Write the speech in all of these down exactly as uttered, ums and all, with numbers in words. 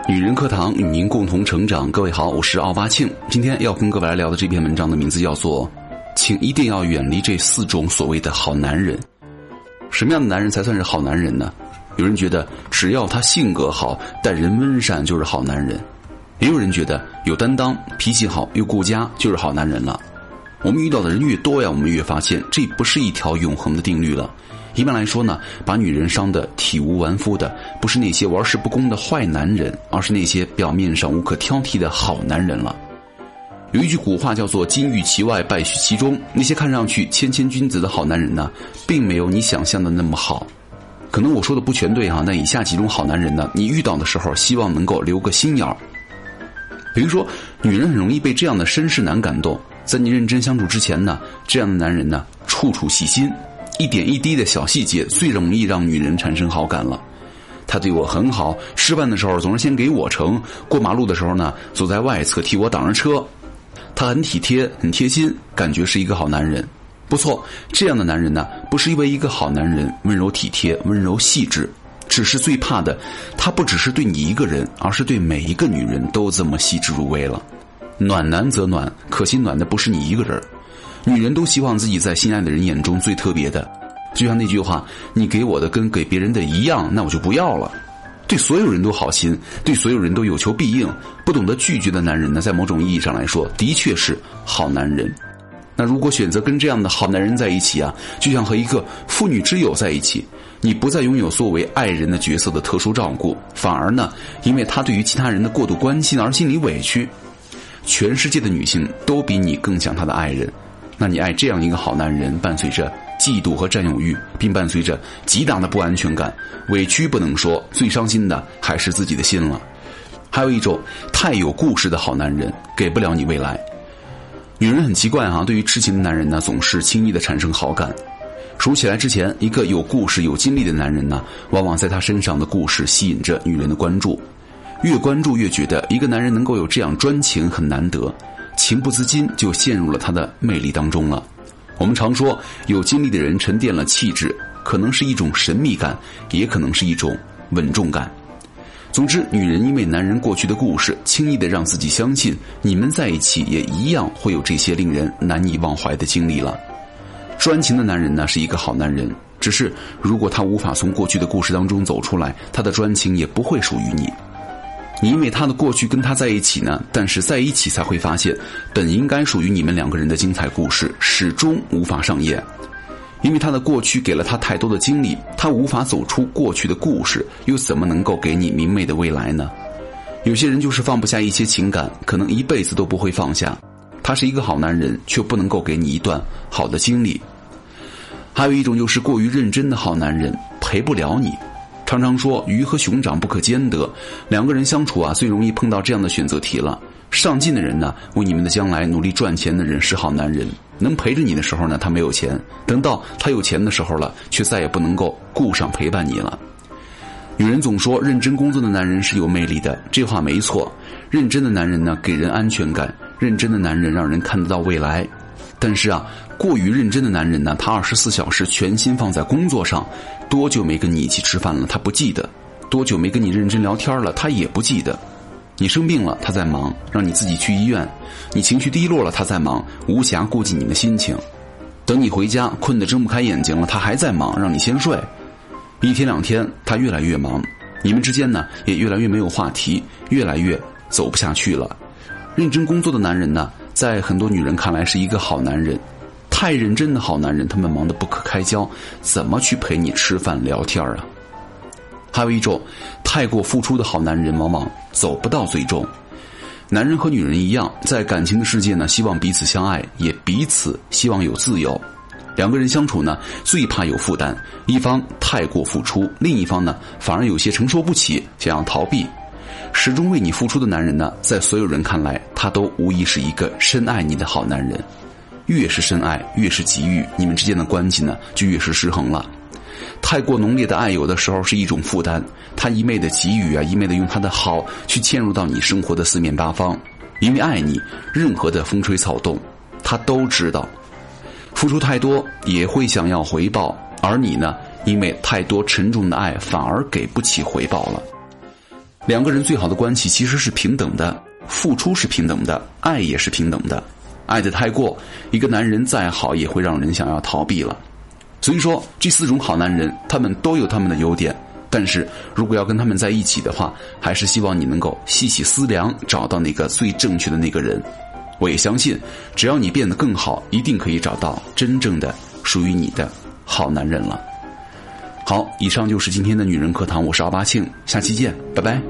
女人课堂与您共同成长。各位好，我是奥巴庆。今天要跟各位来聊的这篇文章的名字叫做请一定要远离这四种所谓的好男人。什么样的男人才算是好男人呢？有人觉得只要他性格好，待人温善就是好男人，也有人觉得有担当，脾气好又顾家就是好男人了。我们遇到的人越多呀，我们越发现这不是一条永恒的定律了。一般来说呢，把女人伤得体无完肤的不是那些玩世不恭的坏男人，而是那些表面上无可挑剔的好男人了。有一句古话叫做金玉其外，败絮其中。那些看上去谦谦君子的好男人呢，并没有你想象的那么好。可能我说的不全对哈，那以下几种好男人呢，你遇到的时候希望能够留个心眼儿。比如说，女人很容易被这样的绅士男感动，在你认真相处之前呢，这样的男人呢，处处细心，一点一滴的小细节最容易让女人产生好感了。他对我很好，吃饭的时候总是先给我盛，过马路的时候呢，走在外侧替我挡着车。他很体贴，很贴心，感觉是一个好男人。不错，这样的男人呢，不是因为一个好男人温柔体贴、温柔细致，只是最怕的，他不只是对你一个人，而是对每一个女人都这么细致入微了。暖男则暖，可惜暖的不是你一个人。女人都希望自己在心爱的人眼中最特别的，就像那句话，你给我的跟给别人的一样，那我就不要了。对所有人都好心，对所有人都有求必应，不懂得拒绝的男人呢，在某种意义上来说，的确是好男人。那如果选择跟这样的好男人在一起啊，就像和一个妇女之友在一起，你不再拥有作为爱人的角色的特殊照顾，反而呢，因为他对于其他人的过度关心而心里委屈。全世界的女性都比你更像她的爱人，那你爱这样一个好男人，伴随着嫉妒和占有欲，并伴随着极大的不安全感，委屈不能说，最伤心的还是自己的心了。还有一种太有故事的好男人，给不了你未来。女人很奇怪哈，对于痴情的男人呢，总是轻易的产生好感。数起来之前，一个有故事有经历的男人呢，往往在他身上的故事吸引着女人的关注，越关注越觉得一个男人能够有这样专情很难得，情不自禁就陷入了他的魅力当中了。我们常说有经历的人沉淀了气质，可能是一种神秘感，也可能是一种稳重感。总之，女人因为男人过去的故事，轻易的让自己相信你们在一起也一样会有这些令人难以忘怀的经历了。专情的男人呢，是一个好男人，只是如果他无法从过去的故事当中走出来，他的专情也不会属于你。你因为他的过去跟他在一起呢，但是在一起才会发现，本应该属于你们两个人的精彩故事始终无法上演。因为他的过去给了他太多的经历，他无法走出过去的故事，又怎么能够给你明媚的未来呢？有些人就是放不下一些情感，可能一辈子都不会放下。他是一个好男人，却不能够给你一段好的经历。还有一种就是过于认真的好男人，陪不了你。常常说鱼和熊掌不可兼得，两个人相处啊，最容易碰到这样的选择题了。上进的人呢，为你们的将来努力赚钱的人是好男人，能陪着你的时候呢，他没有钱，等到他有钱的时候了，却再也不能够顾上陪伴你了。女人总说认真工作的男人是有魅力的，这话没错。认真的男人呢，给人安全感，认真的男人让人看得到未来。但是啊，过于认真的男人呢，他二十四小时全心放在工作上，多久没跟你一起吃饭了，他不记得；多久没跟你认真聊天了，他也不记得。你生病了，他在忙，让你自己去医院；你情绪低落了，他在忙，无暇顾及你的心情。等你回家困得睁不开眼睛了，他还在忙，让你先睡。一天两天，他越来越忙，你们之间呢也越来越没有话题，越来越走不下去了。认真工作的男人呢，在很多女人看来是一个好男人，太认真的好男人，他们忙得不可开交，怎么去陪你吃饭聊天啊？还有一种太过付出的好男人，往往走不到最终。男人和女人一样，在感情的世界呢，希望彼此相爱，也彼此希望有自由。两个人相处呢，最怕有负担，一方太过付出，另一方呢反而有些承受不起，想要逃避。始终为你付出的男人呢，在所有人看来，他都无疑是一个深爱你的好男人。越是深爱，越是给予，你们之间的关系呢，就越是失衡了。太过浓烈的爱有的时候是一种负担，他一昧的给予啊，一昧的用他的好去嵌入到你生活的四面八方。因为爱你，任何的风吹草动他都知道。付出太多也会想要回报，而你呢，因为太多沉重的爱反而给不起回报了。 两个人最好的关系其实是平等的，付出是平等的，爱也是平等的。爱得太过，一个男人再好也会让人想要逃避了。所以说，这四种好男人，他们都有他们的优点，但是如果要跟他们在一起的话，还是希望你能够细细思量，找到那个最正确的那个人。我也相信，只要你变得更好，一定可以找到真正的属于你的好男人了。好，以上就是今天的女人课堂，我是奥巴庆，下期见，拜拜。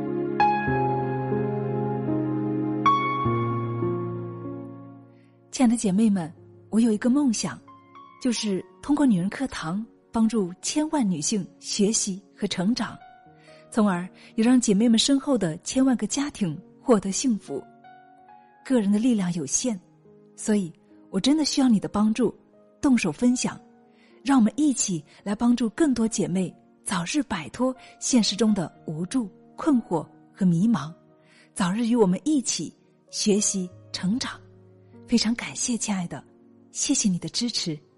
亲爱的姐妹们，我有一个梦想，就是通过女人课堂帮助千万女性学习和成长，从而也让姐妹们身后的千万个家庭获得幸福。个人的力量有限，所以我真的需要你的帮助，动手分享，让我们一起来帮助更多姐妹早日摆脱现实中的无助、困惑和迷茫，早日与我们一起学习成长。非常感谢亲爱的，谢谢你的支持。